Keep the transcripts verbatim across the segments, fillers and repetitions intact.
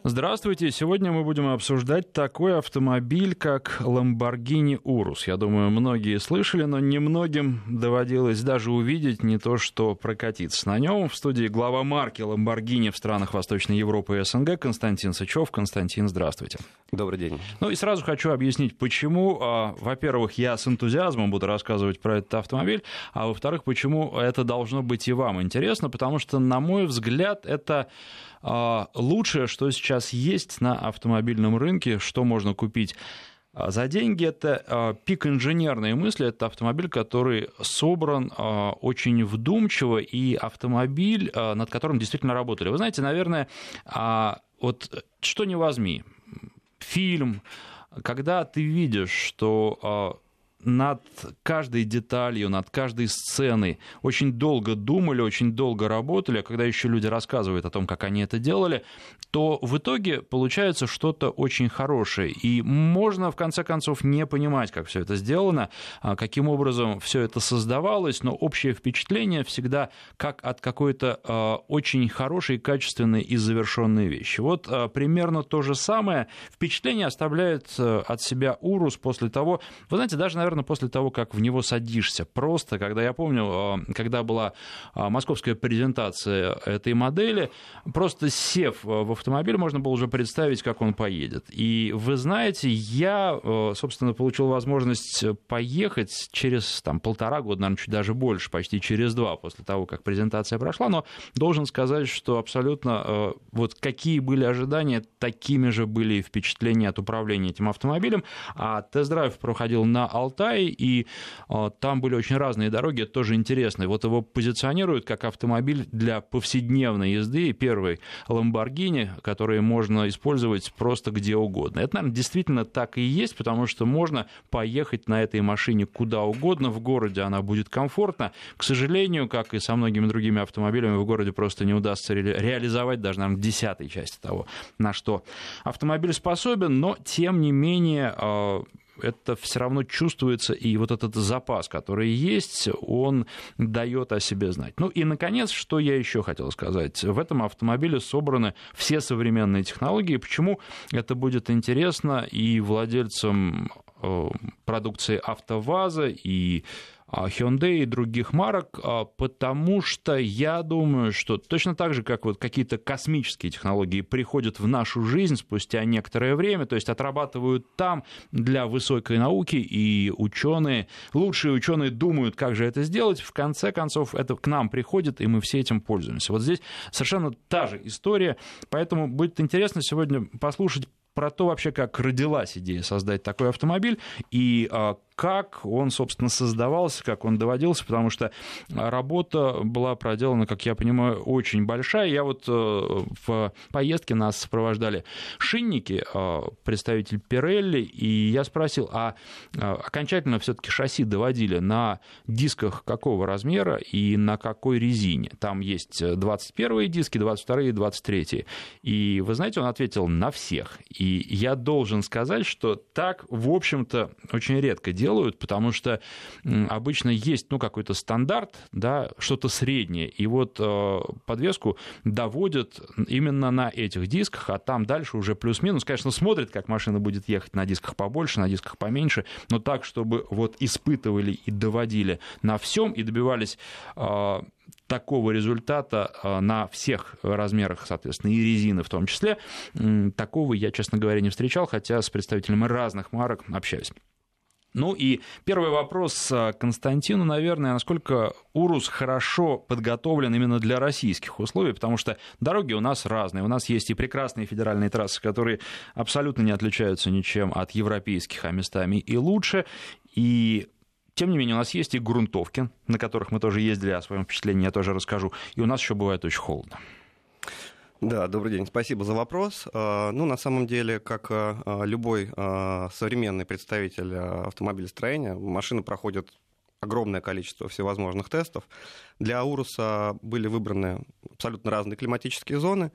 Здравствуйте. Сегодня мы будем обсуждать такой автомобиль, как Lamborghini Urus. Я думаю, многие слышали, но немногим доводилось даже увидеть, не то что прокатиться на нем. В студии глава марки Lamborghini в странах Восточной Европы и СНГ Константин Сычев. Константин, здравствуйте. Добрый день. Ну и сразу хочу объяснить, почему. Во-первых, я с энтузиазмом буду рассказывать про этот автомобиль, а во-вторых, почему это должно быть и вам интересно, потому что, на мой взгляд, это лучшее, что сейчас есть на автомобильном рынке, что можно купить за деньги. Это пик инженерной мысли, это автомобиль, который собран очень вдумчиво, и автомобиль, над которым действительно работали. Вы знаете, наверное, вот что ни возьми, фильм, когда ты видишь, что над каждой деталью, над каждой сценой очень долго думали, очень долго работали, а когда еще люди рассказывают о том, как они это делали, то в итоге получается что-то очень хорошее. И можно, в конце концов, не понимать, как все это сделано, каким образом все это создавалось, но общее впечатление всегда как от какой-то очень хорошей, качественной и завершенной вещи. Вот примерно то же самое впечатление оставляет от себя Урус после того, вы знаете, даже, наверное, после того, как в него садишься. Просто, когда я помню, когда была московская презентация этой модели, просто сев в автомобиль, можно было уже представить, как он поедет. И вы знаете, я, собственно, получил возможность поехать через там, полтора года, наверное, чуть даже больше, почти через два после того, как презентация прошла, но должен сказать, что абсолютно вот какие были ожидания, такими же были и впечатления от управления этим автомобилем. А тест-драйв проходил на Алтай, и там были очень разные дороги, это тоже интересно. Вот его позиционируют как автомобиль для повседневной езды, первый Lamborghini, который можно использовать просто где угодно. Это, наверное, действительно так и есть, потому что можно поехать на этой машине куда угодно в городе, она будет комфортна. К сожалению, как и со многими другими автомобилями, в городе просто не удастся ре- реализовать даже, наверное, десятой части того, на что автомобиль способен, но, тем не менее, это все равно чувствуется, и вот этот запас, который есть, он дает о себе знать. Ну и, наконец, что я еще хотел сказать. В этом автомобиле собраны все современные технологии. Почему это будет интересно и владельцам продукции АвтоВАЗа, и Hyundai и других марок, потому что я думаю, что точно так же, как вот какие-то космические технологии приходят в нашу жизнь спустя некоторое время, то есть отрабатывают там для высокой науки, и ученые, лучшие ученые думают, как же это сделать, в конце концов это к нам приходит, и мы все этим пользуемся. Вот здесь совершенно та же история, поэтому будет интересно сегодня послушать про то вообще, как родилась идея создать такой автомобиль, и как он, собственно, создавался, как он доводился, потому что работа была проделана, как я понимаю, очень большая. Я вот в поездке нас сопровождали шинники, представитель Pirelli, и я спросил, а окончательно все-таки шасси доводили на дисках какого размера и на какой резине? Там есть двадцать первые диски, двадцать вторые и двадцать третьи. И вы знаете, он ответил, на всех. И я должен сказать, что так, в общем-то, очень редко делают. делают, потому что обычно есть ну, какой-то стандарт, да, что-то среднее, и вот э, подвеску доводят именно на этих дисках, а там дальше уже плюс-минус, конечно, смотрят, как машина будет ехать на дисках побольше, на дисках поменьше, но так, чтобы вот испытывали и доводили на всем и добивались э, такого результата на всех размерах, соответственно, и резины в том числе, такого я, честно говоря, не встречал, хотя с представителями разных марок общаюсь. Ну и первый вопрос Константину, наверное, насколько Урус хорошо подготовлен именно для российских условий, потому что дороги у нас разные. У нас есть и прекрасные федеральные трассы, которые абсолютно не отличаются ничем от европейских, а местами и лучше. И тем не менее, у нас есть и грунтовки, на которых мы тоже ездили, о своем впечатлении я тоже расскажу. И у нас еще бывает очень холодно. Да, добрый день, спасибо за вопрос. Ну, на самом деле, как любой современный представитель автомобилестроения, машины проходят огромное количество всевозможных тестов. Для Уруса были выбраны абсолютно разные климатические зоны.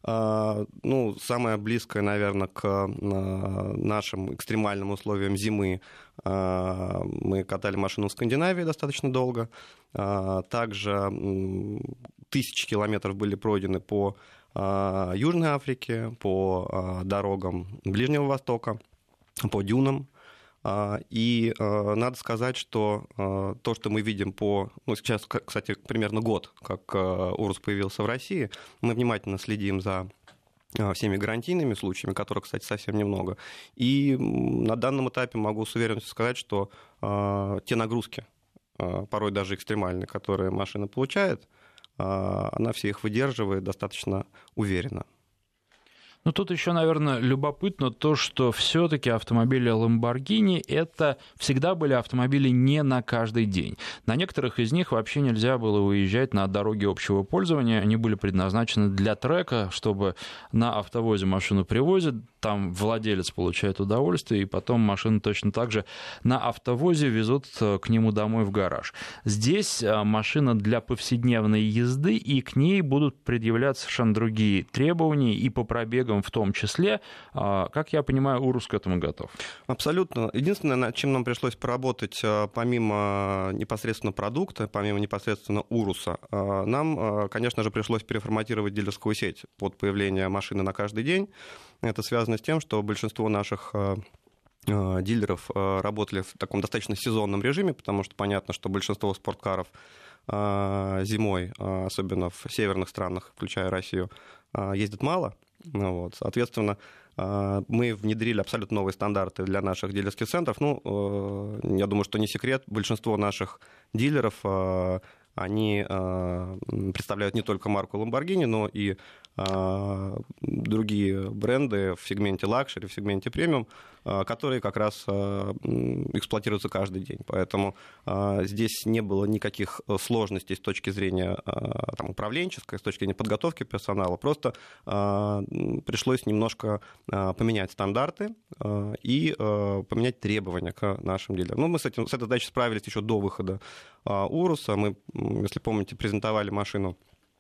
Ну, самое близкое, наверное, к нашим экстремальным условиям зимы мы катали машину в Скандинавии достаточно долго. Также тысячи километров были пройдены по Южной Африки, по дорогам Ближнего Востока, по дюнам. И надо сказать, что то, что мы видим по... Ну, сейчас, кстати, примерно год, как Урус появился в России, мы внимательно следим за всеми гарантийными случаями, которых, кстати, совсем немного. И на данном этапе могу с уверенностью сказать, что те нагрузки, порой даже экстремальные, которые машина получает, она все их выдерживает достаточно уверенно. Ну, тут еще, наверное, любопытно то, что все-таки автомобили Lamborghini это всегда были автомобили не на каждый день. На некоторых из них вообще нельзя было выезжать на дороги общего пользования. Они были предназначены для трека, чтобы на автовозе машину привозят, там владелец получает удовольствие, и потом машину точно так же на автовозе везут к нему домой в гараж. Здесь машина для повседневной езды, и к ней будут предъявляться совершенно другие требования и по пробегам в том числе. Как я понимаю, Урус к этому готов. Абсолютно. Единственное, над чем нам пришлось поработать, помимо непосредственно продукта, помимо непосредственно Уруса, нам, конечно же, пришлось переформатировать дилерскую сеть под появление машины на каждый день. Это связано с тем, что большинство наших дилеров работали в таком достаточно сезонном режиме, потому что понятно, что большинство спорткаров зимой, особенно в северных странах, включая Россию, ездят мало. Вот. Соответственно, мы внедрили абсолютно новые стандарты для наших дилерских центров. Ну, я думаю, что не секрет, большинство наших дилеров, они представляют не только марку Lamborghini, но и другие бренды в сегменте лакшери, в сегменте премиум, которые как раз эксплуатируются каждый день. Поэтому здесь не было никаких сложностей с точки зрения там, управленческой, с точки зрения подготовки персонала. Просто пришлось немножко поменять стандарты и поменять требования к нашим дилерам. Ну, мы с, этим, с этой задачей справились еще до выхода Уруса. Мы, если помните, презентовали машину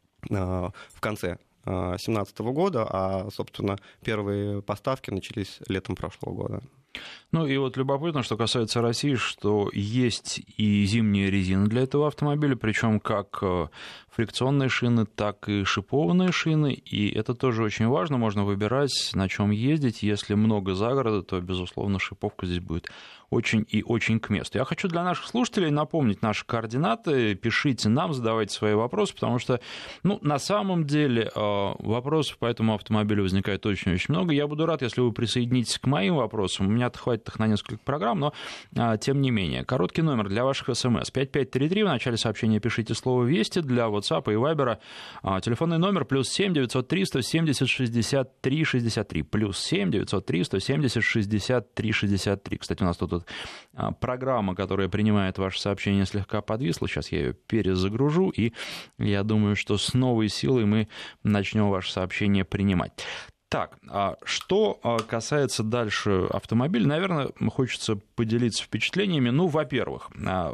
в конце две тысячи семнадцатого года, а, собственно, первые поставки начались летом прошлого года. Ну и вот любопытно, что касается России, что есть и зимняя резина для этого автомобиля, причем как фрикционные шины, так и шипованные шины, и это тоже очень важно, можно выбирать, на чем ездить. Если много загорода, то, безусловно, шиповка здесь будет очень и очень к месту. Я хочу для наших слушателей напомнить наши координаты. Пишите нам, задавайте свои вопросы, потому что, ну, на самом деле вопросов по этому автомобилю возникает очень-очень много. Я буду рад, если вы присоединитесь к моим вопросам. У меня-то хватит их на несколько программ, но тем не менее. Короткий номер для ваших смс. пять пять три три. В начале сообщения пишите слово «Вести». Для WhatsApp и Viber телефонный номер плюс семь девятьсот три сто семьдесят шестьдесят три шестьдесят три. Плюс семь девятьсот три сто семьдесят шестьдесят три шестьдесят три. Кстати, у нас тут вот программа, которая принимает ваши сообщения, слегка подвисла. Сейчас я ее перезагружу, и я думаю, что с новой силой мы начнем ваши сообщения принимать. Так, что касается дальше автомобиля, наверное, хочется поделиться впечатлениями. Ну, во-первых,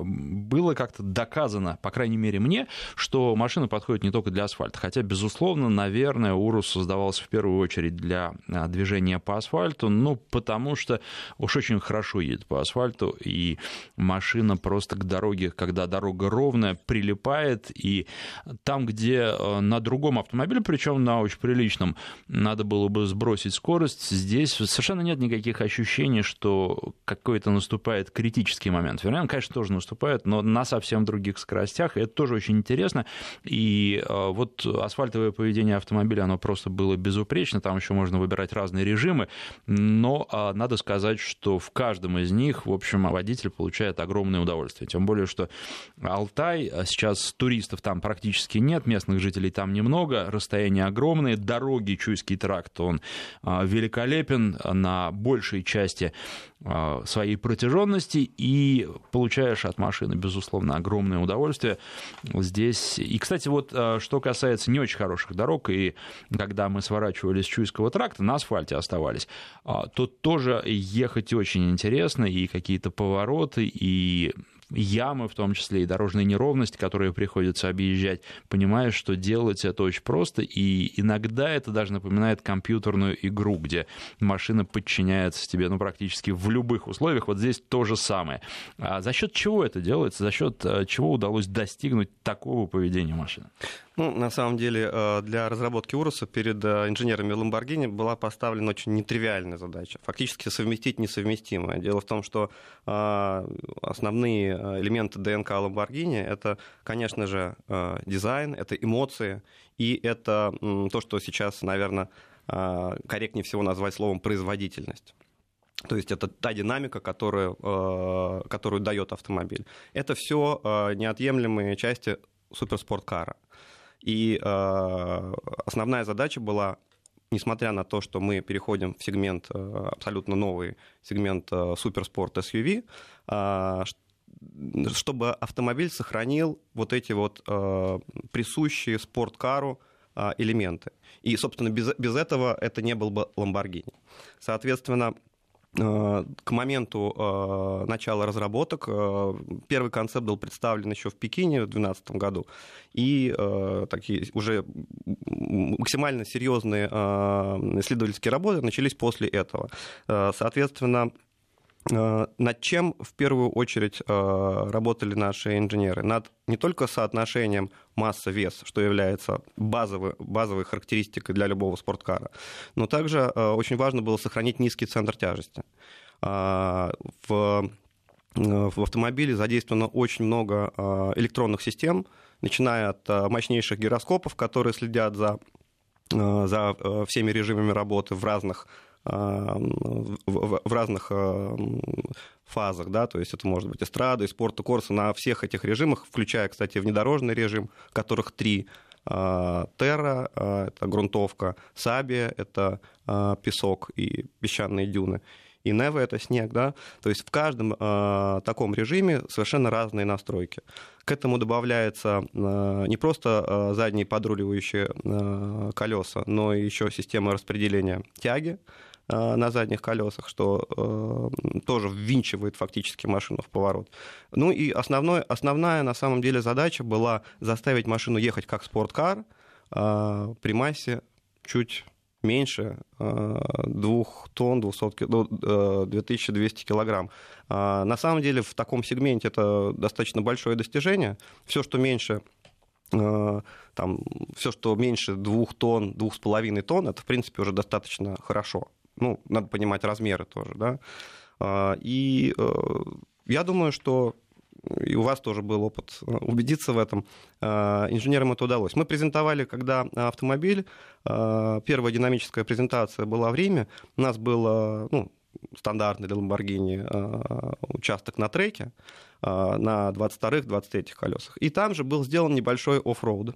было как-то доказано, по крайней мере мне, что машина подходит не только для асфальта. Хотя, безусловно, наверное, Урус создавался в первую очередь для движения по асфальту, ну, потому что уж очень хорошо едет по асфальту, и машина просто к дороге, когда дорога ровная, прилипает, и там, где на другом автомобиле, причем на очень приличном, надо было бы сбросить скорость, здесь совершенно нет никаких ощущений, что какой-то наступает критический момент. Вернее, он, конечно, тоже наступает, но на совсем других скоростях, и это тоже очень интересно. И вот асфальтовое поведение автомобиля, оно просто было безупречно, там еще можно выбирать разные режимы, но надо сказать, что в каждом из них, в общем, водитель получает огромное удовольствие. Тем более, что Алтай, сейчас туристов там практически нет, местных жителей там немного, расстояния огромные, дороги, Чуйский тракт, он великолепен на большей части своей протяженности, и получаешь от машины, безусловно, огромное удовольствие здесь. И, кстати, вот что касается не очень хороших дорог, и когда мы сворачивали с Чуйского тракта, на асфальте оставались, то тоже ехать очень интересно, и какие-то повороты, и ямы, в том числе и дорожные неровности, которые приходится объезжать, понимаешь, что делать это очень просто, и иногда это даже напоминает компьютерную игру, где машина подчиняется тебе, ну, практически в любых условиях. Вот здесь то же самое. А за счет чего это делается? За счет чего удалось достигнуть такого поведения машины? Ну, на самом деле, для разработки Уруса перед инженерами Lamborghini была поставлена очень нетривиальная задача. Фактически совместить несовместимое. Дело в том, что основные элементы ДНК Lamborghini — это, конечно же, дизайн, это эмоции, и это то, что сейчас, наверное, корректнее всего назвать словом производительность. То есть это та динамика, которую, которую дает автомобиль. Это все неотъемлемые части суперспорткара. И э, основная задача была, несмотря на то, что мы переходим в сегмент, э, абсолютно новый сегмент э, суперспорт эс ю ви, э, чтобы автомобиль сохранил вот эти вот э, присущие спорткару э, элементы. И, собственно, без, без этого это не был бы Lamborghini. Соответственно, к моменту э, начала разработок э, первый концепт был представлен еще в Пекине в две тысячи двенадцатом году, и э, такие уже максимально серьезные э, исследовательские работы начались после этого. Э, соответственно, над чем в первую очередь работали наши инженеры? Над не только соотношением масса-вес, что является базовой, базовой характеристикой для любого спорткара, но также очень важно было сохранить низкий центр тяжести. В, в автомобиле задействовано очень много электронных систем, начиная от мощнейших гироскопов, которые следят за, за всеми режимами работы в разных в разных фазах, да, то есть это может быть эстрада и спорт, и корса на всех этих режимах, включая, кстати, внедорожный режим, которых три: терра, это грунтовка, сабия, это песок и песчаные дюны, и нева — это снег, да, то есть в каждом э, таком режиме совершенно разные настройки. К этому добавляется э, не просто э, задние подруливающие э, колеса, но и еще система распределения тяги э, на задних колесах, что э, тоже ввинчивает фактически машину в поворот. Ну и основной, основная на самом деле задача была заставить машину ехать как спорткар э, при массе чуть меньше двух тонн, две тысячи двести килограмм. На самом деле в таком сегменте это достаточно большое достижение. Все, что меньше, там, все, что меньше двух тонн, двух с половиной тонн, это, в принципе, уже достаточно хорошо. Ну, надо понимать размеры тоже, да. И я думаю, что и у вас тоже был опыт убедиться в этом, инженерам это удалось. Мы презентовали, когда автомобиль, первая динамическая презентация была в Риме, у нас был, ну, стандартный для Lamborghini участок на треке на двадцать вторых — двадцать третьих колесах. И там же был сделан небольшой оффроуд,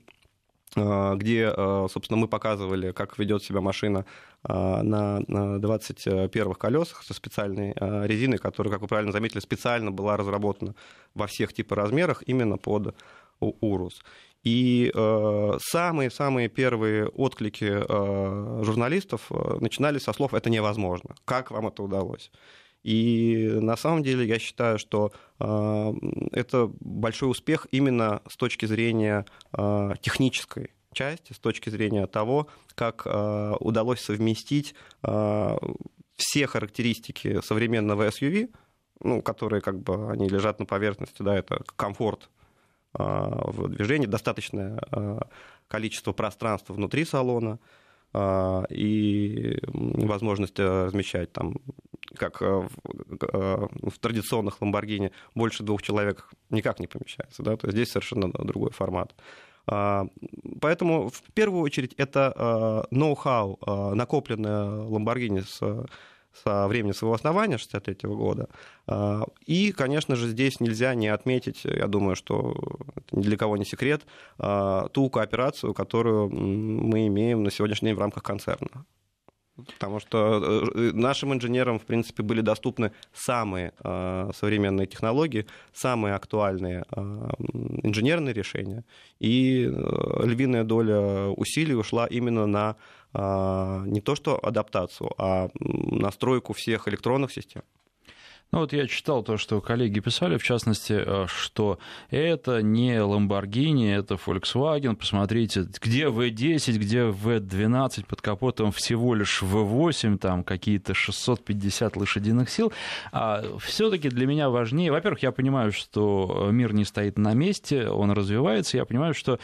где, собственно, мы показывали, как ведет себя машина на двадцать первых колесах со специальной резиной, которая, как вы правильно заметили, специально была разработана во всех типоразмерах именно под Урус. И самые-самые первые отклики журналистов начинались со слов «это невозможно». Как вам это удалось? И на самом деле я считаю, что э, это большой успех именно с точки зрения э, технической части, с точки зрения того, как э, удалось совместить э, все характеристики современного эс ю ви, ну, которые как бы они лежат на поверхности, да, это комфорт э, в движении, достаточное э, количество пространства внутри салона, и возможность размещать там, как в, в традиционных Lamborghini, больше двух человек никак не помещается, да, то есть здесь совершенно другой формат. Поэтому в первую очередь это ноу-хау, накопленное Lamborghini с со времени своего основания шестьдесят третьего года. И, конечно же, здесь нельзя не отметить, я думаю, что это ни для кого не секрет, ту кооперацию, которую мы имеем на сегодняшний день в рамках концерна. Потому что нашим инженерам, в принципе, были доступны самые современные технологии, самые актуальные инженерные решения, и львиная доля усилий ушла именно на не то что адаптацию, а настройку всех электронных систем. Ну вот я читал то, что коллеги писали, в частности, что это не Lamborghini, это Volkswagen. Посмотрите, где ви десять, где ви двенадцать, под капотом всего лишь ви восемь, там какие-то шестьсот пятьдесят лошадиных сил. А все-таки для меня важнее, во-первых, я понимаю, что мир не стоит на месте, он развивается, я понимаю, что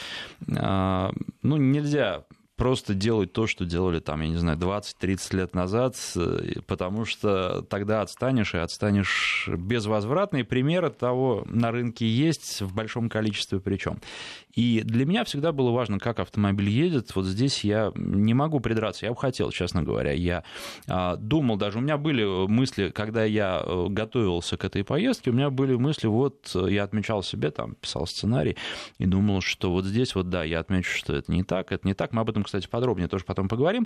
ну, нельзя просто делать то, что делали там, я не знаю, двадцать-тридцать лет назад, потому что тогда отстанешь, и отстанешь безвозвратно. И примеры того на рынке есть в большом количестве причем. И для меня всегда было важно, как автомобиль едет. Вот здесь я не могу придраться. Я бы хотел, честно говоря. Я думал даже, у меня были мысли, когда я готовился к этой поездке, у меня были мысли, вот я отмечал себе, там, писал сценарий и думал, что вот здесь вот, да, я отмечу, что это не так, это не так. Мы об этом, кстати, подробнее тоже потом поговорим.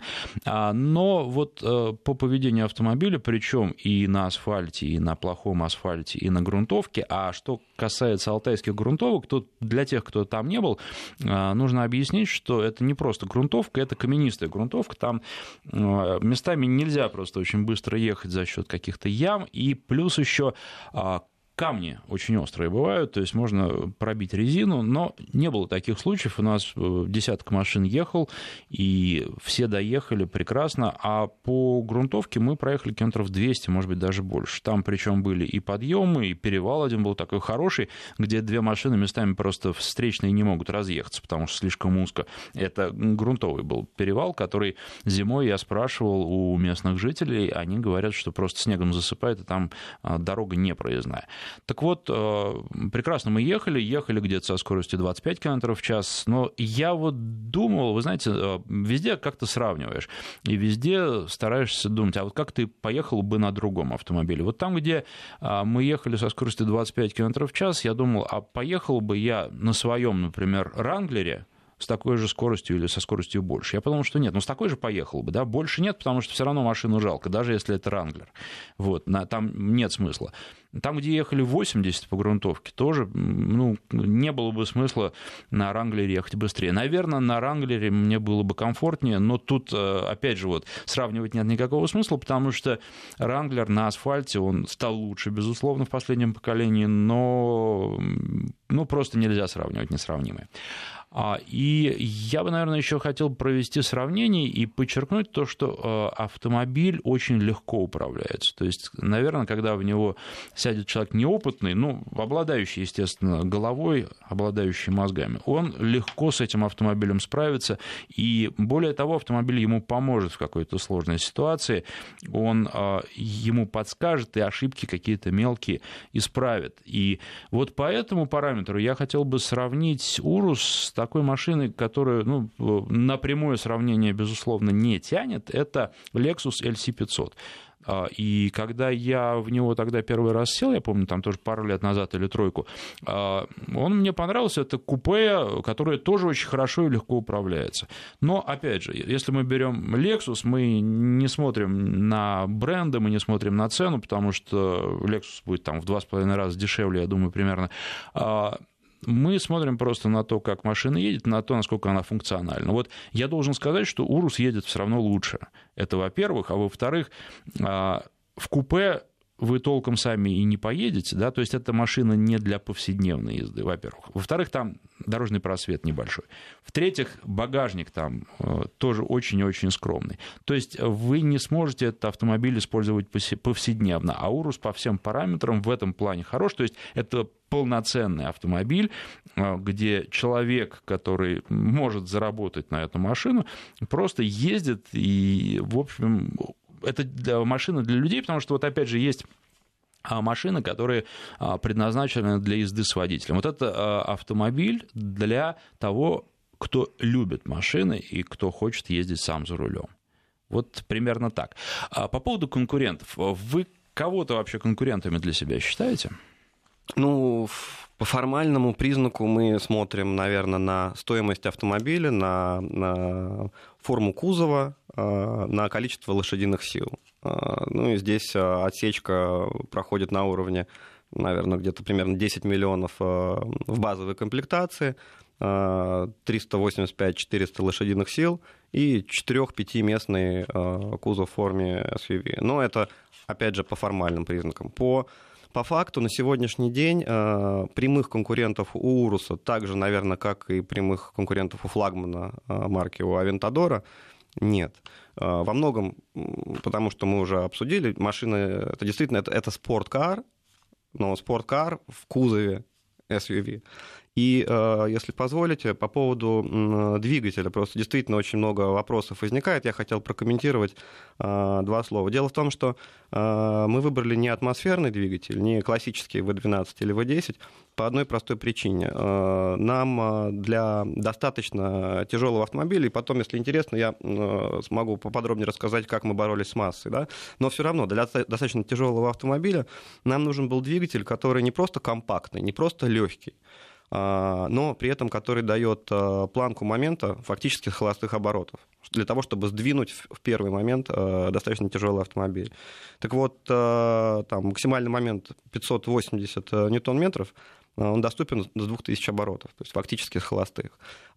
Но вот по поведению автомобиля, причем и на асфальте, и на плохом асфальте, и на грунтовке, а что касается алтайских грунтовок, то для тех, кто там не был, нужно объяснить, что это не просто грунтовка, это каменистая грунтовка, там местами нельзя просто очень быстро ехать за счет каких-то ям, и плюс еще камни очень острые бывают, то есть можно пробить резину, но не было таких случаев. У нас десяток машин ехал, и все доехали прекрасно, а по грунтовке мы проехали километров двести, может быть, даже больше. Там причем были и подъемы, и перевал один был такой хороший, где две машины местами просто встречные не могут разъехаться, потому что слишком узко. Это грунтовый был перевал, который зимой я спрашивал у местных жителей, они говорят, что просто снегом засыпает, и там дорога непроездная. Так вот, прекрасно мы ехали, ехали где-то со скоростью двадцать пять километров в час, но я вот думал, вы знаете, везде как-то сравниваешь, и везде стараешься думать, а вот как ты поехал бы на другом автомобиле? Вот там, где мы ехали со скоростью двадцать пять километров в час, я думал, а поехал бы я на своем, например, Ранглере, с такой же скоростью или со скоростью больше? Я подумал, что нет, ну с такой же поехал бы, да, больше нет, потому что все равно машину жалко, даже если это Ранглер, вот, на, там нет смысла. Там, где ехали восемьдесят по грунтовке, тоже, ну, не было бы смысла на Ранглере ехать быстрее. Наверное, на Ранглере мне было бы комфортнее, но тут, опять же, вот, сравнивать нет никакого смысла, потому что Ранглер на асфальте, он стал лучше, безусловно, в последнем поколении, но, ну, просто нельзя сравнивать несравнимые. И я бы, наверное, еще хотел провести сравнение и подчеркнуть то, что автомобиль очень легко управляется. То есть, наверное, когда в него сядет человек неопытный, ну, обладающий, естественно, головой, обладающий мозгами, он легко с этим автомобилем справится. И более того, автомобиль ему поможет в какой-то сложной ситуации, он ему подскажет и ошибки какие-то мелкие исправит. И вот по этому параметру я хотел бы сравнить Урус с такой машиной, которую, ну, на прямое сравнение, безусловно, не тянет, это Lexus эл си пятьсот. И когда я в него тогда первый раз сел, я помню, там тоже пару лет назад или тройку, он мне понравился. Это купе, которое тоже очень хорошо и легко управляется. Но, опять же, если мы берем Lexus, мы не смотрим на бренды, мы не смотрим на цену, потому что Lexus будет там в два с половиной раза дешевле, я думаю, примерно. Мы смотрим просто на то, как машина едет, на то, насколько она функциональна. Вот я должен сказать, что Урус едет все равно лучше. Это во-первых. А во-вторых, в купе вы толком сами и не поедете, да, то есть эта машина не для повседневной езды, во-первых. Во-вторых, там дорожный просвет небольшой. В-третьих, багажник там тоже очень-очень скромный. То есть вы не сможете этот автомобиль использовать повседневно, а Урус по всем параметрам в этом плане хорош, то есть это полноценный автомобиль, где человек, который может заработать на эту машину, просто ездит и, в общем, это машина для людей, потому что вот опять же есть машины, которые предназначены для езды с водителем. Вот это автомобиль для того, кто любит машины и кто хочет ездить сам за рулем. Вот примерно так. По поводу конкурентов. Вы кого-то вообще конкурентами для себя считаете? Ну, по формальному признаку мы смотрим, наверное, на стоимость автомобиля, на, на форму кузова, на количество лошадиных сил. Ну и здесь отсечка проходит на уровне, наверное, где-то примерно десять миллионов в базовой комплектации. триста восемьдесят пять - четыреста лошадиных сил и четыре-пятиместный кузов в форме эс ю ви. Но это, опять же, по формальным признакам. По, по факту на сегодняшний день прямых конкурентов у Уруса, так же, наверное, как и прямых конкурентов у флагмана марки, у Авентадора, нет. Во многом, потому что мы уже обсудили, машины, это действительно это, это спорткар, но спорткар в кузове эс ю ви. И, если позволите, по поводу двигателя, просто действительно очень много вопросов возникает, я хотел прокомментировать два слова. Дело в том, что мы выбрали не атмосферный двигатель, не классический ви двенадцать или ви десять, по одной простой причине. Нам для достаточно тяжелого автомобиля, и потом, если интересно, я смогу поподробнее рассказать, как мы боролись с массой, да? Но все равно для достаточно тяжелого автомобиля нам нужен был двигатель, который не просто компактный, не просто легкий, но при этом который дает планку момента фактически с холостых оборотов, для того, чтобы сдвинуть в первый момент достаточно тяжелый автомобиль. Так вот, там, максимальный момент пятьсот восемьдесят ньютон-метров, он доступен до двух тысяч оборотов, то есть фактически с холостых.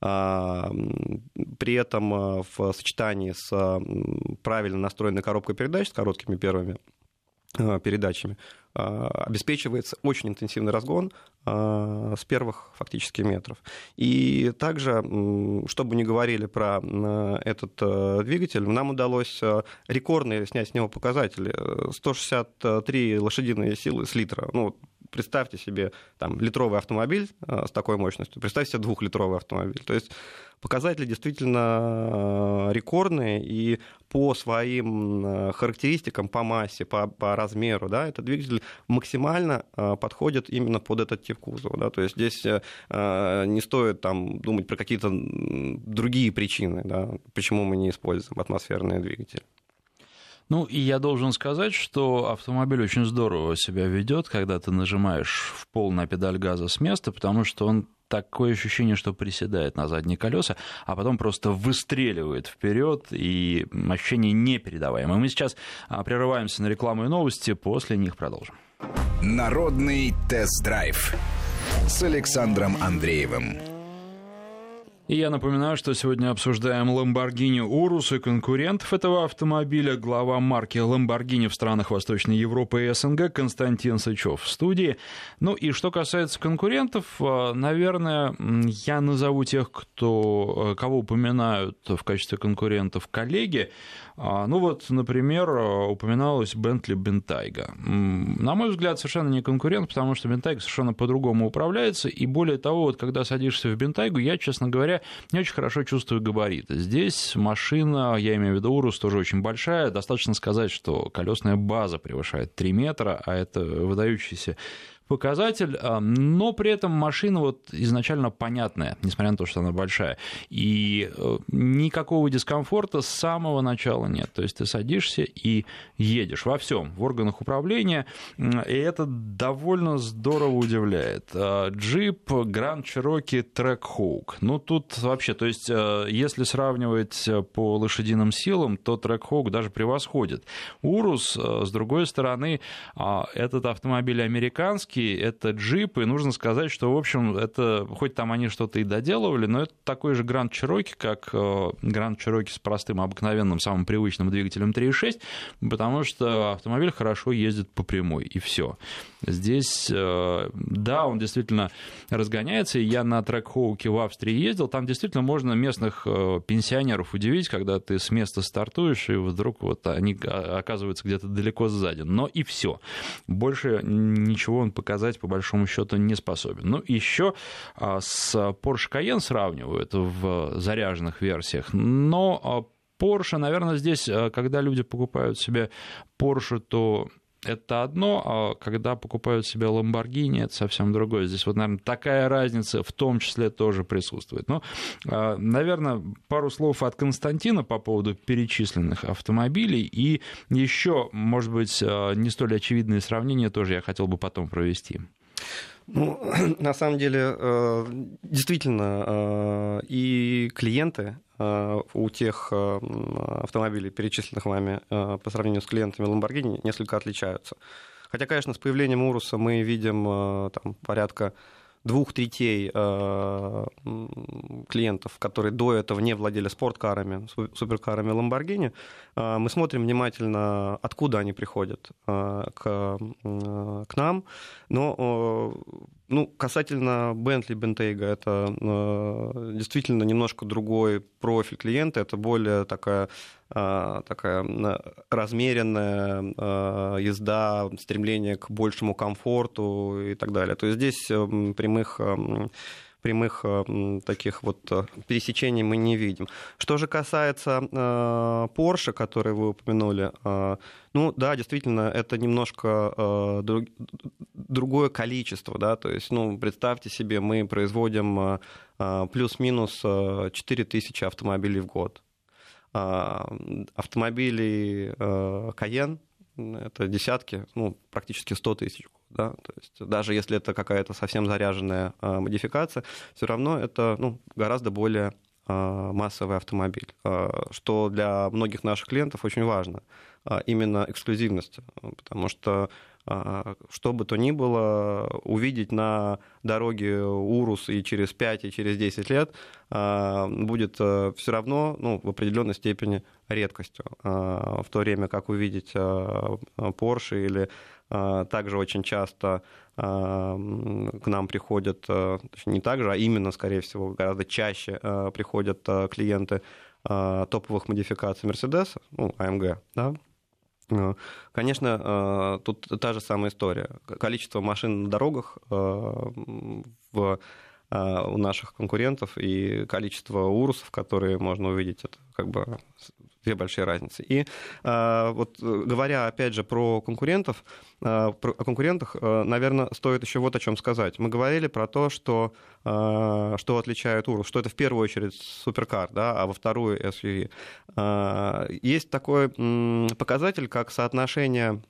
При этом в сочетании с правильно настроенной коробкой передач, с короткими первыми передачами, обеспечивается очень интенсивный разгон с первых фактически метров. И также, что бы ни говорили про этот двигатель, нам удалось рекордные снять с него показатели. сто шестьдесят три лошадиные силы с литра. Ну, представьте себе там, литровый автомобиль с такой мощностью, представьте себе двухлитровый автомобиль. То есть показатели действительно рекордные, и по своим характеристикам, по массе, по, по размеру, да, этот двигатель максимально подходит именно под этот тип кузова. Да. То есть здесь не стоит там, думать про какие-то другие причины, да, почему мы не используем атмосферные двигатели. Ну, и я должен сказать, что автомобиль очень здорово себя ведет, когда ты нажимаешь в пол на педаль газа с места, потому что он такое ощущение, что приседает на задние колеса, а потом просто выстреливает вперед, и ощущение непередаваемое. Мы сейчас прерываемся на рекламу и новости, после них продолжим. Народный тест-драйв с Александром Андреевым. И я напоминаю, что сегодня обсуждаем Lamborghini Urus и конкурентов этого автомобиля. Глава марки Lamborghini в странах Восточной Европы и СНГ Константин Сычев в студии. Ну и что касается конкурентов, наверное, я назову тех, кто, кого упоминают в качестве конкурентов коллеги. Ну вот, например, упоминалась Bentley Bentayga. На мой взгляд, совершенно не конкурент, потому что Bentayga совершенно по-другому управляется, и более того, вот когда садишься в Bentayga, я, честно говоря, не очень хорошо чувствую габариты. Здесь машина, я имею в виду Urus, тоже очень большая, достаточно сказать, что колесная база превышает три метра, а это выдающийся показатель, но при этом машина вот изначально понятная, несмотря на то, что она большая, и никакого дискомфорта с самого начала нет, то есть ты садишься и едешь во всем, в органах управления, и это довольно здорово удивляет. Джип Grand Cherokee Trackhawk, ну тут вообще, то есть если сравнивать по лошадиным силам, то Trackhawk даже превосходит Urus. С другой стороны, этот автомобиль американский, это джип, и нужно сказать, что, в общем, это, хоть там они что-то и доделывали, но это такой же Grand Cherokee, как Grand Cherokee с простым, обыкновенным, самым привычным двигателем три и шесть, потому что автомобиль хорошо ездит по прямой, и все. Здесь, да, он действительно разгоняется, и я на Trackhawk в Австрии ездил, там действительно можно местных пенсионеров удивить, когда ты с места стартуешь, и вдруг вот они оказываются где-то далеко сзади, но и все. Больше ничего он показать по большому счету не способен. Ну, еще с Porsche Cayenne сравнивают в заряженных версиях, но Porsche, наверное, здесь, когда люди покупают себе Porsche, то это одно, а когда покупают себе Lamborghini, это совсем другое. Здесь вот, наверное, такая разница в том числе тоже присутствует. Но, наверное, пару слов от Константина по поводу перечисленных автомобилей. И еще, может быть, не столь очевидные сравнения тоже я хотел бы потом провести. Ну, на самом деле, действительно, и клиенты у тех автомобилей, перечисленных вами, по сравнению с клиентами Lamborghini, несколько отличаются. Хотя, конечно, с появлением Уруса мы видим там, порядка двух третей клиентов, которые до этого не владели спорткарами, суперкарами Lamborghini, мы смотрим внимательно, откуда они приходят к, к нам. Но ну, касательно Bentley, Bentayga, это действительно немножко другой профиль клиента, это более такая, такая размеренная езда, стремление к большему комфорту и так далее. То есть здесь прямых прямых таких вот пересечений мы не видим. Что же касается Porsche, который вы упомянули, ну да, действительно, это немножко другое количество, да, то есть, ну, представьте себе, мы производим плюс-минус четыре тысячи автомобилей в год. Автомобили Cayenne — это десятки, ну, практически сто тысяч. Да? То есть даже если это какая-то совсем заряженная а, модификация, все равно это ну, гораздо более а, массовый автомобиль, а, что для многих наших клиентов очень важно, а, именно эксклюзивность, потому что а, что бы то ни было, увидеть на дороге Урус и через пять, и через десять лет а, будет а, все равно ну, в определенной степени редкостью, а, в то время как увидеть а, Porsche или также очень часто к нам приходят, не так же, а именно, скорее всего, гораздо чаще приходят клиенты топовых модификаций Мерседеса, ну, а эм гэ, да. Конечно, тут та же самая история. Количество машин на дорогах в у наших конкурентов и количество урусов, которые можно увидеть, это как бы две большие разницы. И вот говоря, опять же, про конкурентов, про, о конкурентах, наверное, стоит еще вот о чем сказать. Мы говорили про то, что, что отличает урус, что это в первую очередь суперкар, да, а во вторую эс ю ви. Есть такой показатель, как соотношение,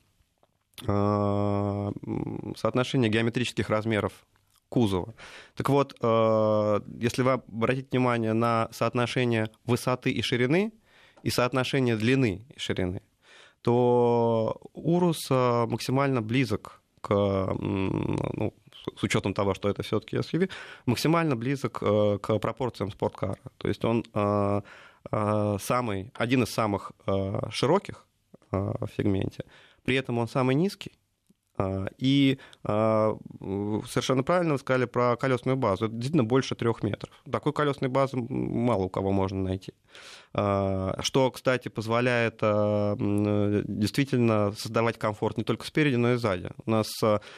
соотношение геометрических размеров кузова. Так вот, если вы обратите внимание на соотношение высоты и ширины и соотношение длины и ширины, то Урус максимально близок к, ну, с учетом того, что это все-таки эс ю ви, максимально близок к пропорциям спорткара. То есть он самый, один из самых широких в сегменте, при этом он самый низкий. И совершенно правильно вы сказали про колесную базу. Это действительно больше трех метров. Такой колесной базы мало у кого можно найти. Что, кстати, позволяет действительно создавать комфорт не только спереди, но и сзади. У нас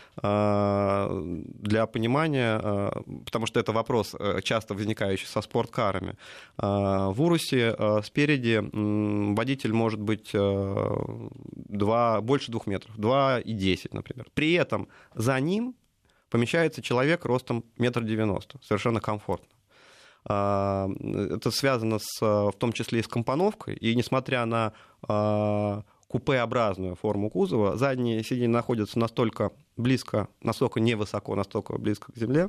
для понимания, потому что это вопрос, часто возникающий со спорткарами, в Урусе спереди водитель может быть два, больше двух метров, два и десять, например. При этом за ним помещается человек ростом метр девяносто, совершенно комфортно. Это связано с, в том числе и с компоновкой, и несмотря на купеобразную форму кузова, задние сиденья находятся настолько близко, настолько невысоко, настолько близко к земле,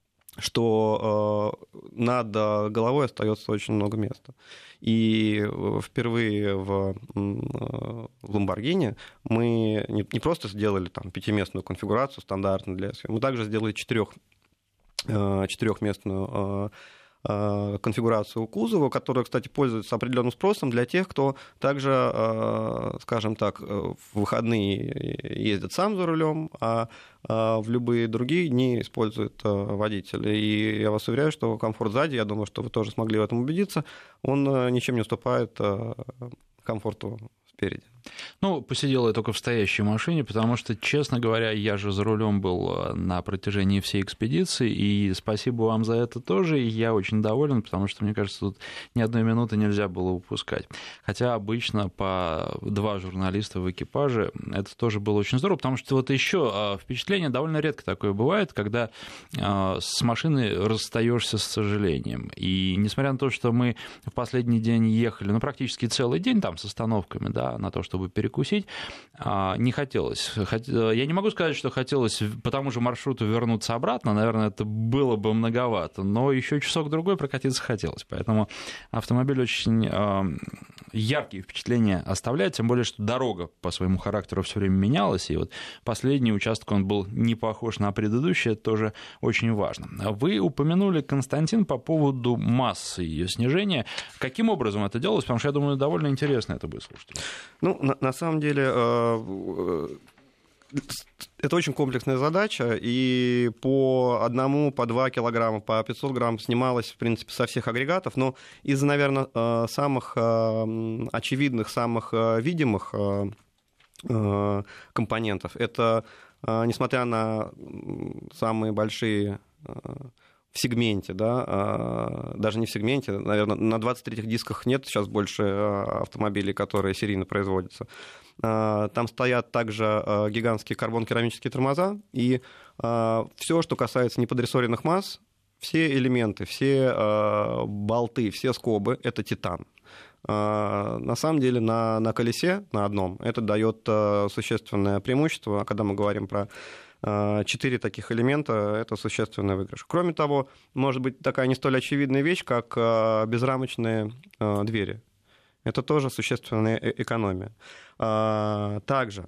что э, над головой остается очень много места. И впервые в, в Lamborghini мы не, не просто сделали там пятиместную конфигурацию стандартную для эс ю ви, мы также сделали четырех, э, четырехместную э, конфигурацию кузова, которая, кстати, пользуется определенным спросом для тех, кто также, скажем так, в выходные ездит сам за рулем, а в любые другие дни использует водитель. И я вас уверяю, что комфорт сзади, я думаю, что вы тоже смогли в этом убедиться, он ничем не уступает комфорту спереди. Ну, посидел я только в стоящей машине, потому что, честно говоря, я же за рулем был на протяжении всей экспедиции, и спасибо вам за это тоже, и я очень доволен, потому что, мне кажется, тут ни одной минуты нельзя было упускать. Хотя обычно по два журналиста в экипаже, это тоже было очень здорово, потому что вот еще впечатление довольно редко такое бывает, когда с машиной расстаешься с сожалением. И несмотря на то, что мы в последний день ехали, ну, практически целый день там с остановками, да, на то, чтобы перекусить, перекусить. Не хотелось. Я не могу сказать, что хотелось по тому же маршруту вернуться обратно, наверное, это было бы многовато, но еще часок-другой прокатиться хотелось, поэтому автомобиль очень яркие впечатления оставляет, тем более, что дорога по своему характеру все время менялась, и вот последний участок, он был не похож на предыдущий, это тоже очень важно. Вы упомянули, Константин, по поводу массы ее снижения. Каким образом это делалось? Потому что, я думаю, довольно интересно это будет слушать. Ну, на, на самом деле, это очень комплексная задача, и по одному, по два килограмма, по пятьсот грамм снималось, в принципе, со всех агрегатов, но из, наверное, самых очевидных, самых видимых компонентов, это, несмотря на самые большие в сегменте, да, даже не в сегменте, наверное, на двадцать третьих дисках нет сейчас больше автомобилей, которые серийно производятся. Там стоят также гигантские карбон-керамические тормоза, и все, что касается неподрессоренных масс, все элементы, все болты, все скобы — это титан. На самом деле на, на колесе, на одном, это дает существенное преимущество, когда мы говорим про четыре таких элемента, это существенный выигрыш. Кроме того, может быть такая не столь очевидная вещь, как безрамочные двери. Это тоже существенная экономия. Также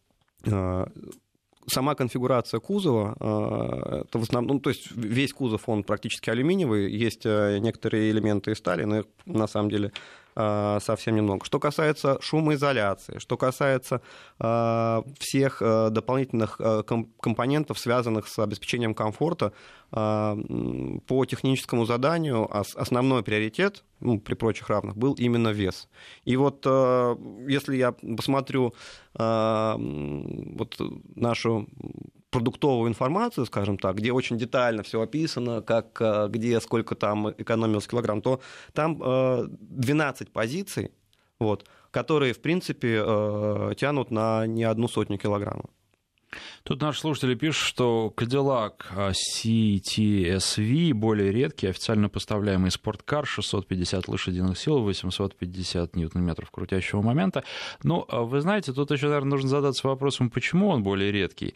сама конфигурация кузова, это в основном, ну, то есть весь кузов, он практически алюминиевый, есть некоторые элементы из стали, но их на самом деле совсем немного. Что касается шумоизоляции, что касается всех дополнительных компонентов, связанных с обеспечением комфорта, по техническому заданию основной приоритет, ну, при прочих равных, был именно вес. И вот если я посмотрю вот нашу продуктовую информацию, скажем так, где очень детально все описано, как, где, сколько там экономилось килограмм, то там двенадцать позиций, вот, которые, в принципе, тянут на не одну сотню килограммов. Тут наши слушатели пишут, что Cadillac си ти эс ви более редкий, официально поставляемый спорткар, шестьсот пятьдесят лошадиных сил, восемьсот пятьдесят ньютон-метров крутящего момента. Но, вы знаете, тут еще, наверное, нужно задаться вопросом, почему он более редкий,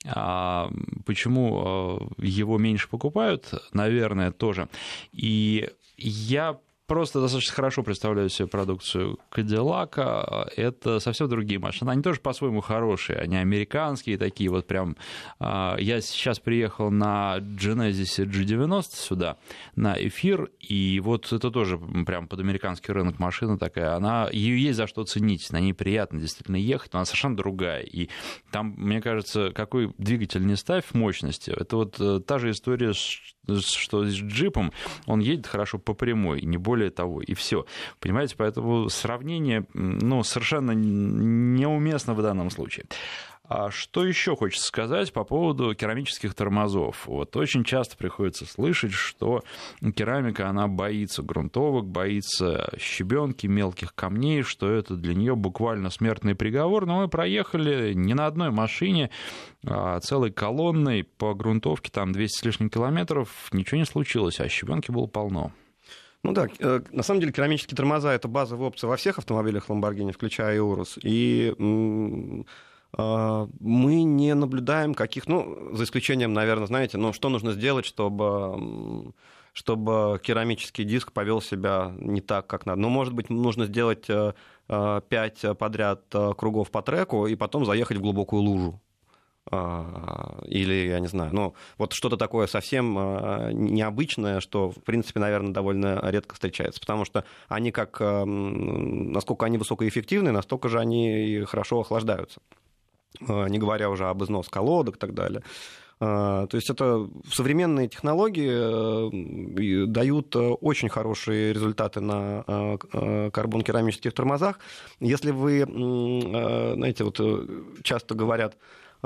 почему его меньше покупают, наверное, тоже. И я просто достаточно хорошо представляю себе продукцию Кадиллака. Это совсем другие машины. Они тоже по-своему хорошие. Они американские такие вот прям. Я сейчас приехал на Genesis джи девяносто сюда, на эфир, и вот это тоже прям под американский рынок машина такая. Она, ее есть за что ценить. На ней приятно действительно ехать, но она совершенно другая. И там, мне кажется, какой двигатель не ставь в мощности, это вот та же история, что с джипом. Он едет хорошо по прямой, не более более того, и все. Понимаете, поэтому сравнение, ну, совершенно неуместно в данном случае. А что еще хочется сказать по поводу керамических тормозов? Вот очень часто приходится слышать, что керамика, она боится грунтовок, боится щебенки, мелких камней, что это для нее буквально смертный приговор. Но мы проехали не на одной машине, а целой колонной по грунтовке, там двести с лишним километров, ничего не случилось, а щебенки было полно. Ну да, на самом деле керамические тормоза — это базовая опция во всех автомобилях Lamborghini, включая и Urus. И мы не наблюдаем каких, ну, за исключением, наверное, знаете, ну, что нужно сделать, чтобы, чтобы керамический диск повел себя не так, как надо. Ну, может быть, нужно сделать пять подряд кругов по треку и потом заехать в глубокую лужу. Или, я не знаю, ну, вот что-то такое совсем необычное, что, в принципе, наверное, довольно редко встречается, потому что они как, насколько они высокоэффективны, настолько же они и хорошо охлаждаются, не говоря уже об износ колодок и так далее. То есть это современные технологии дают очень хорошие результаты на карбон-керамических тормозах. Если вы, знаете, вот часто говорят,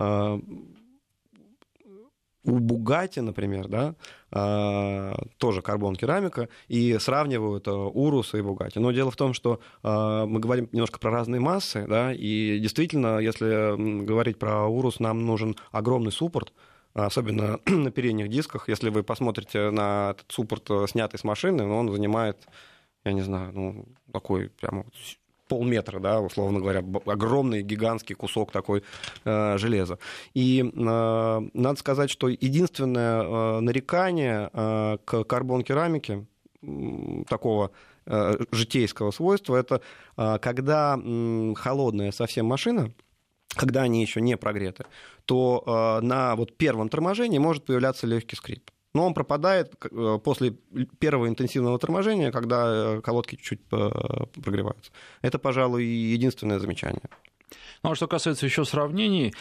у Bugatti, например, да, тоже карбон-керамика, и сравнивают Urus и Bugatti. Но дело в том, что мы говорим немножко про разные массы, да, и действительно, если говорить про Urus, нам нужен огромный суппорт, особенно на передних дисках. Если вы посмотрите на этот суппорт, снятый с машины, он занимает, я не знаю, ну, такой прямо полметра, да, условно говоря, огромный гигантский кусок такой э, железа. И э, надо сказать, что единственное э, нарекание э, к карбон-керамике э, такого э, житейского свойства, это э, когда э, холодная совсем машина, когда они еще не прогреты, то э, на вот первом торможении может появляться легкий скрип. Но он пропадает после первого интенсивного торможения, когда колодки чуть-чуть прогреваются. Это, пожалуй, единственное замечание. Ну, а что касается еще сравнений,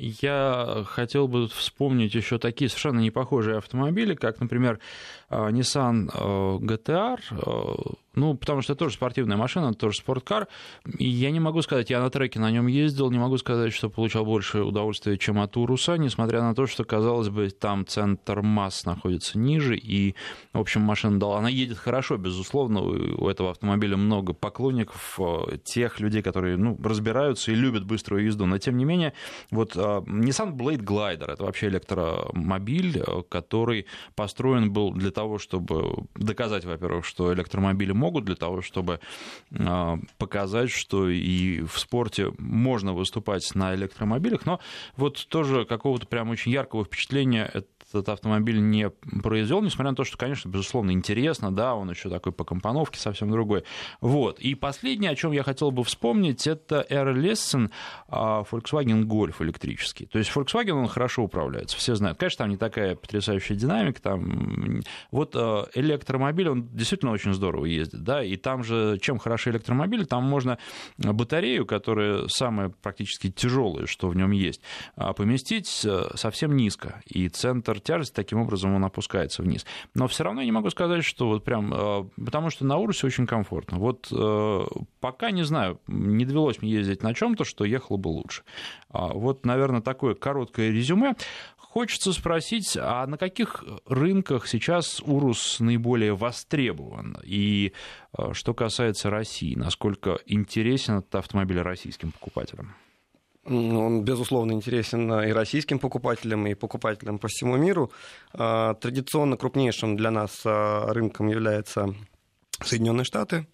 я хотел бы вспомнить еще такие совершенно непохожие автомобили, как, например, Nissan джи ти ар, ну, потому что это тоже спортивная машина, тоже спорткар, и я не могу сказать, я на треке на нем ездил, не могу сказать, что получал больше удовольствия, чем от Уруса, несмотря на то, что, казалось бы, там центр масс находится ниже, и, в общем, машина дала, она едет хорошо, безусловно, у этого автомобиля много поклонников, тех людей, которые, ну, разбираются и любят быструю езду, но, тем не менее, вот Nissan Blade Glider, это вообще электромобиль, который построен был для того, чтобы доказать, во-первых, что электромобили могут, для того, чтобы показать, что и в спорте можно выступать на электромобилях, но вот тоже какого-то прям очень яркого впечатления этот автомобиль не произвел, несмотря на то, что, конечно, безусловно, интересно, да, он еще такой по компоновке совсем другой. Вот. И последнее, о чем я хотел бы вспомнить, это Эр Лессен, Volkswagen Golf электрический. То есть Volkswagen, он хорошо управляется, все знают. Конечно, там не такая потрясающая динамика, там... Вот электромобиль, он действительно очень здорово ездит, да, и там же, чем хороши электромобили, там можно батарею, которая самая практически тяжелая, что в нем есть, поместить совсем низко, и центр тяжесть, таким образом он опускается вниз. Но все равно я не могу сказать, что вот прям... Потому что на Урусе очень комфортно. Вот пока, не знаю, не довелось мне ездить на чем-то, что ехало бы лучше. Вот, наверное, такое короткое резюме. Хочется спросить, а на каких рынках сейчас Урус наиболее востребован? И что касается России, насколько интересен этот автомобиль российским покупателям? Он, безусловно, интересен и российским покупателям, и покупателям по всему миру. Традиционно крупнейшим для нас рынком являются Соединенные Штаты.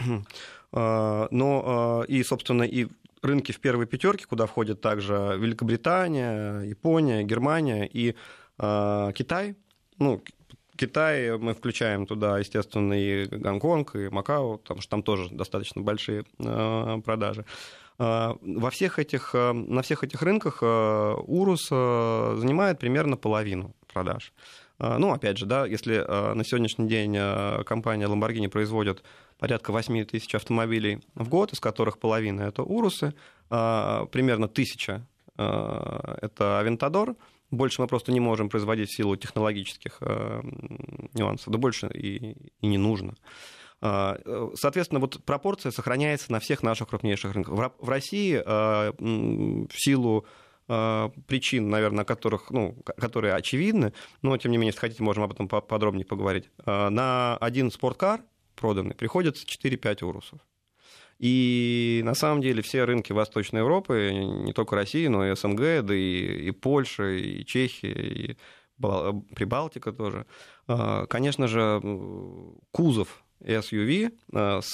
Но и, собственно, и рынки в первой пятерке, куда входят также Великобритания, Япония, Германия и Китай. Ну, Китай мы включаем туда, естественно, и Гонконг, и Макао, потому что там тоже достаточно большие продажи. Во всех этих, на всех этих рынках Урус занимает примерно половину продаж. Ну, опять же, да, если на сегодняшний день компания Lamborghini производит порядка восемь тысяч автомобилей в год, из которых половина — это Урусы, примерно тысяча — это Авентадор. Больше мы просто не можем производить в силу технологических нюансов, да больше и, и не нужно. Соответственно, вот пропорция сохраняется на всех наших крупнейших рынках. В России в силу причин, наверное, которых, ну, которые очевидны, но, тем не менее, если хотите, можем об этом подробнее поговорить. На один спорткар проданный приходится четыре-пять Урусов. И на самом деле все рынки Восточной Европы, не только России, но и СНГ, да и, и Польша, и Чехия, и Прибалтика тоже, конечно же, кузов эс ю ви с,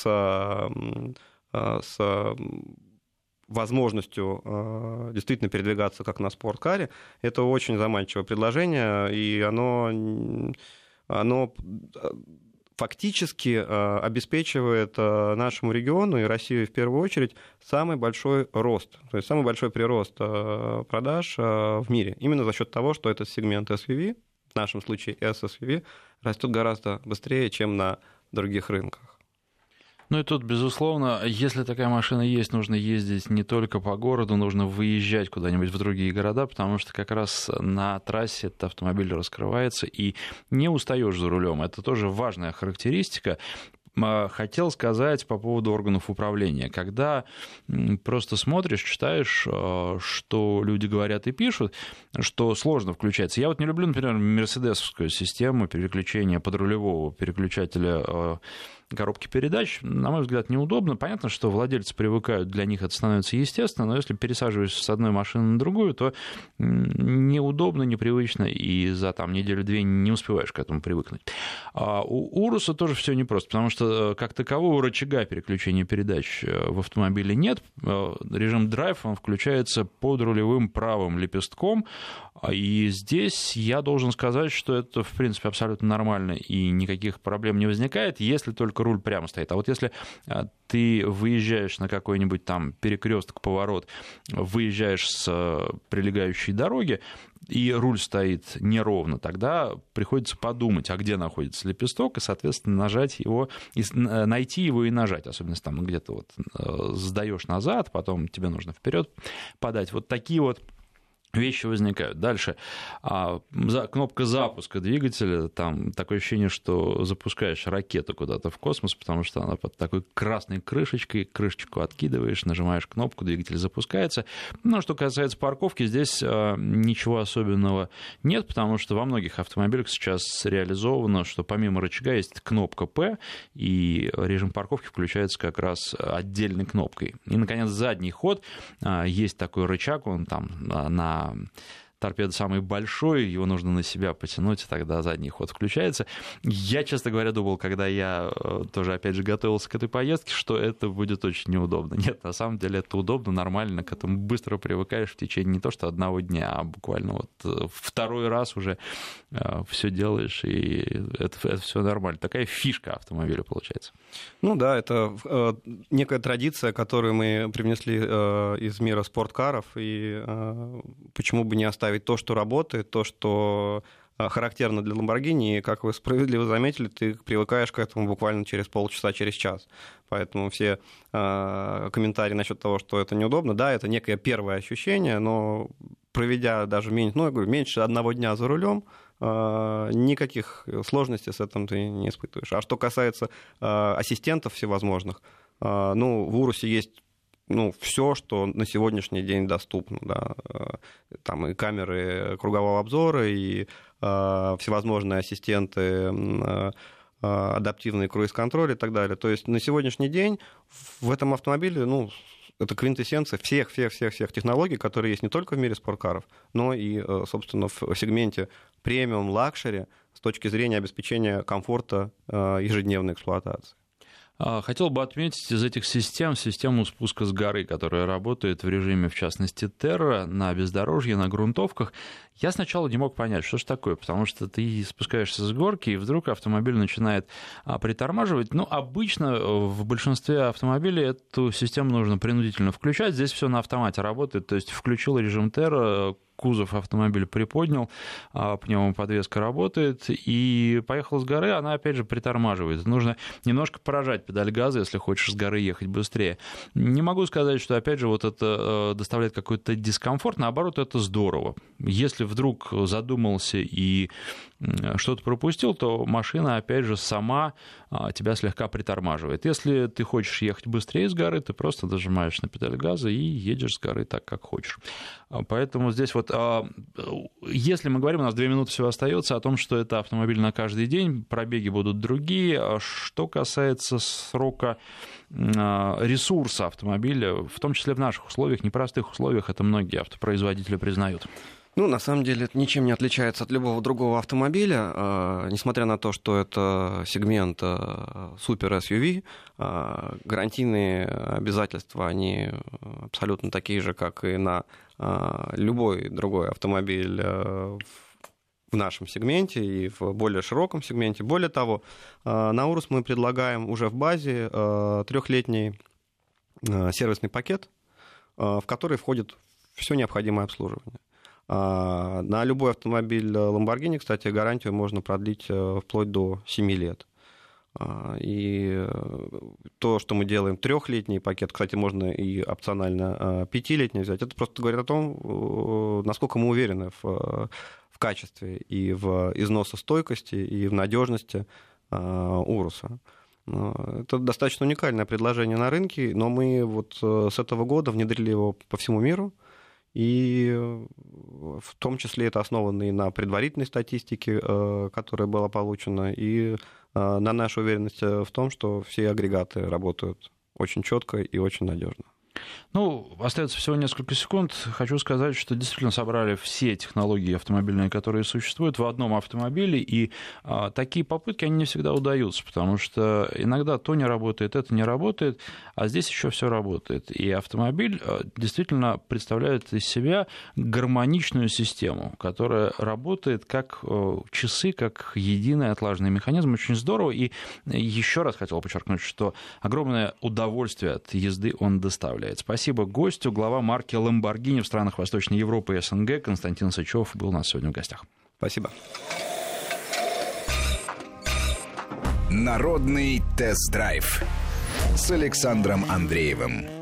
с возможностью действительно передвигаться как на спорткаре, это очень заманчивое предложение, и оно, оно фактически обеспечивает нашему региону и России в первую очередь самый большой рост, то есть самый большой прирост продаж в мире, именно за счет того, что этот сегмент эс ю ви, в нашем случае эс эс ю ви, растет гораздо быстрее, чем на других рынках. Ну и тут, безусловно, если такая машина есть, нужно ездить не только по городу, нужно выезжать куда-нибудь в другие города, потому что как раз на трассе этот автомобиль раскрывается, и не устаешь за рулем. Это тоже важная характеристика. Хотел сказать по поводу органов управления. Когда просто смотришь, читаешь, что люди говорят и пишут, что сложно включаться. Я вот не люблю, например, мерседесовскую систему переключения подрулевого переключателя коробки передач, на мой взгляд, неудобно. Понятно, что владельцы привыкают, для них это становится естественно, но если пересаживаешься с одной машины на другую, то неудобно, непривычно, и за там, неделю-две не успеваешь к этому привыкнуть. А у Уруса тоже все непросто, потому что как такового рычага переключения передач в автомобиле нет. Режим драйв, он включается под рулевым правым лепестком, и здесь я должен сказать, что это, в принципе, абсолютно нормально, и никаких проблем не возникает, если только руль прямо стоит. А вот если ты выезжаешь на какой-нибудь там перекресток, поворот, выезжаешь с прилегающей дороги, и руль стоит неровно, тогда приходится подумать, а где находится лепесток, и, соответственно, нажать его, и найти его и нажать, особенно если там где-то вот сдаешь назад, потом тебе нужно вперед подать. Вот такие вот вещи возникают. Дальше. Кнопка запуска двигателя. Там такое ощущение, что запускаешь ракету куда-то в космос, потому что она под такой красной крышечкой. Крышечку откидываешь, нажимаешь кнопку, двигатель запускается. Но что касается парковки, здесь ничего особенного нет, потому что во многих автомобилях сейчас реализовано, что помимо рычага есть кнопка П, и режим парковки включается как раз отдельной кнопкой. И, наконец, задний ход. Есть такой рычаг, он там на торпеда самый большой, его нужно на себя потянуть, и тогда задний ход включается. Я, честно говоря, думал, когда я тоже, опять же, готовился к этой поездке, что это будет очень неудобно. Нет, на самом деле это удобно, нормально, к этому быстро привыкаешь в течение не то что одного дня, а буквально вот второй раз уже все делаешь, и это, это все нормально. Такая фишка автомобиля получается. Ну да, это э, некая традиция, которую мы привнесли э, из мира спорткаров, и э, почему бы не оставить то, что работает, то, что характерно для Lamborghini, и, как вы справедливо заметили, ты привыкаешь к этому буквально через полчаса, через час. Поэтому все э, комментарии насчет того, что это неудобно, да, это некое первое ощущение, но проведя даже меньше, ну, я говорю, меньше одного дня за рулем, э, никаких сложностей с этим ты не испытываешь. А что касается э, ассистентов всевозможных, э, ну, в Урусе есть ну, все, что на сегодняшний день доступно. Да. Там и камеры кругового обзора, и э, всевозможные ассистенты, э, адаптивный круиз-контроль и так далее. То есть на сегодняшний день в этом автомобиле, ну, это квинтэссенция всех-всех-всех технологий, которые есть не только в мире спорткаров, но и, собственно, в сегменте премиум, лакшери с точки зрения обеспечения комфорта э, ежедневной эксплуатации. Хотел бы отметить из этих систем систему спуска с горы, которая работает в режиме, в частности, Terra, на бездорожье, на грунтовках. Я сначала не мог понять, что же такое, потому что ты спускаешься с горки, и вдруг автомобиль начинает притормаживать. Ну, обычно в большинстве автомобилей эту систему нужно принудительно включать. Здесь все на автомате работает, то есть включил режим Terra, кузов автомобиля приподнял, пневмоподвеска работает, и поехал с горы, она опять же притормаживает. Нужно немножко поражать педаль газа, если хочешь с горы ехать быстрее. Не могу сказать, что опять же вот это доставляет какой-то дискомфорт, наоборот, это здорово. Если вдруг задумался и что-то пропустил, то машина, опять же, сама тебя слегка притормаживает. Если ты хочешь ехать быстрее с горы, ты просто нажимаешь на педаль газа и едешь с горы так, как хочешь. Поэтому здесь вот, если мы говорим, у нас две минуты всего остается, о том, что это автомобиль на каждый день, пробеги будут другие. Что касается срока ресурса автомобиля, в том числе в наших условиях, непростых условиях, это многие автопроизводители признают. Ну, на самом деле, это ничем не отличается от любого другого автомобиля, э, несмотря на то, что это сегмент э, супер-эс ю ви, э, гарантийные обязательства, они абсолютно такие же, как и на э, любой другой автомобиль э, в нашем сегменте и в более широком сегменте. Более того, э, на Урус мы предлагаем уже в базе э, трехлетний э, сервисный пакет, э, в который входит все необходимое обслуживание. На любой автомобиль Lamborghini, кстати, гарантию можно продлить вплоть до семи лет. И то, что мы делаем трехлетний пакет, кстати, можно и опционально пятилетний взять, это просто говорит о том, насколько мы уверены в, в качестве и в износостойкости, и в надежности Уруса. Это достаточно уникальное предложение на рынке, но мы вот с этого года внедрили его по всему миру. И в том числе это основано и на предварительной статистике, которая была получена, и на нашу уверенность в том, что все агрегаты работают очень четко и очень надежно. Ну, остается всего несколько секунд. Хочу сказать, что действительно собрали все технологии автомобильные, которые существуют, в одном автомобиле, и а, такие попытки, они не всегда удаются, потому что иногда то не работает, это не работает, а здесь еще все работает. И автомобиль а, действительно представляет из себя гармоничную систему, которая работает как а, часы, как единый отлаженный механизм. Очень здорово. И еще раз хотел подчеркнуть, что огромное удовольствие от езды он доставляет. Спасибо гостю. Глава марки Lamborghini в странах Восточной Европы и СНГ Константин Сычев был у нас сегодня в гостях. Спасибо. Народный тест-драйв с Александром Андреевым.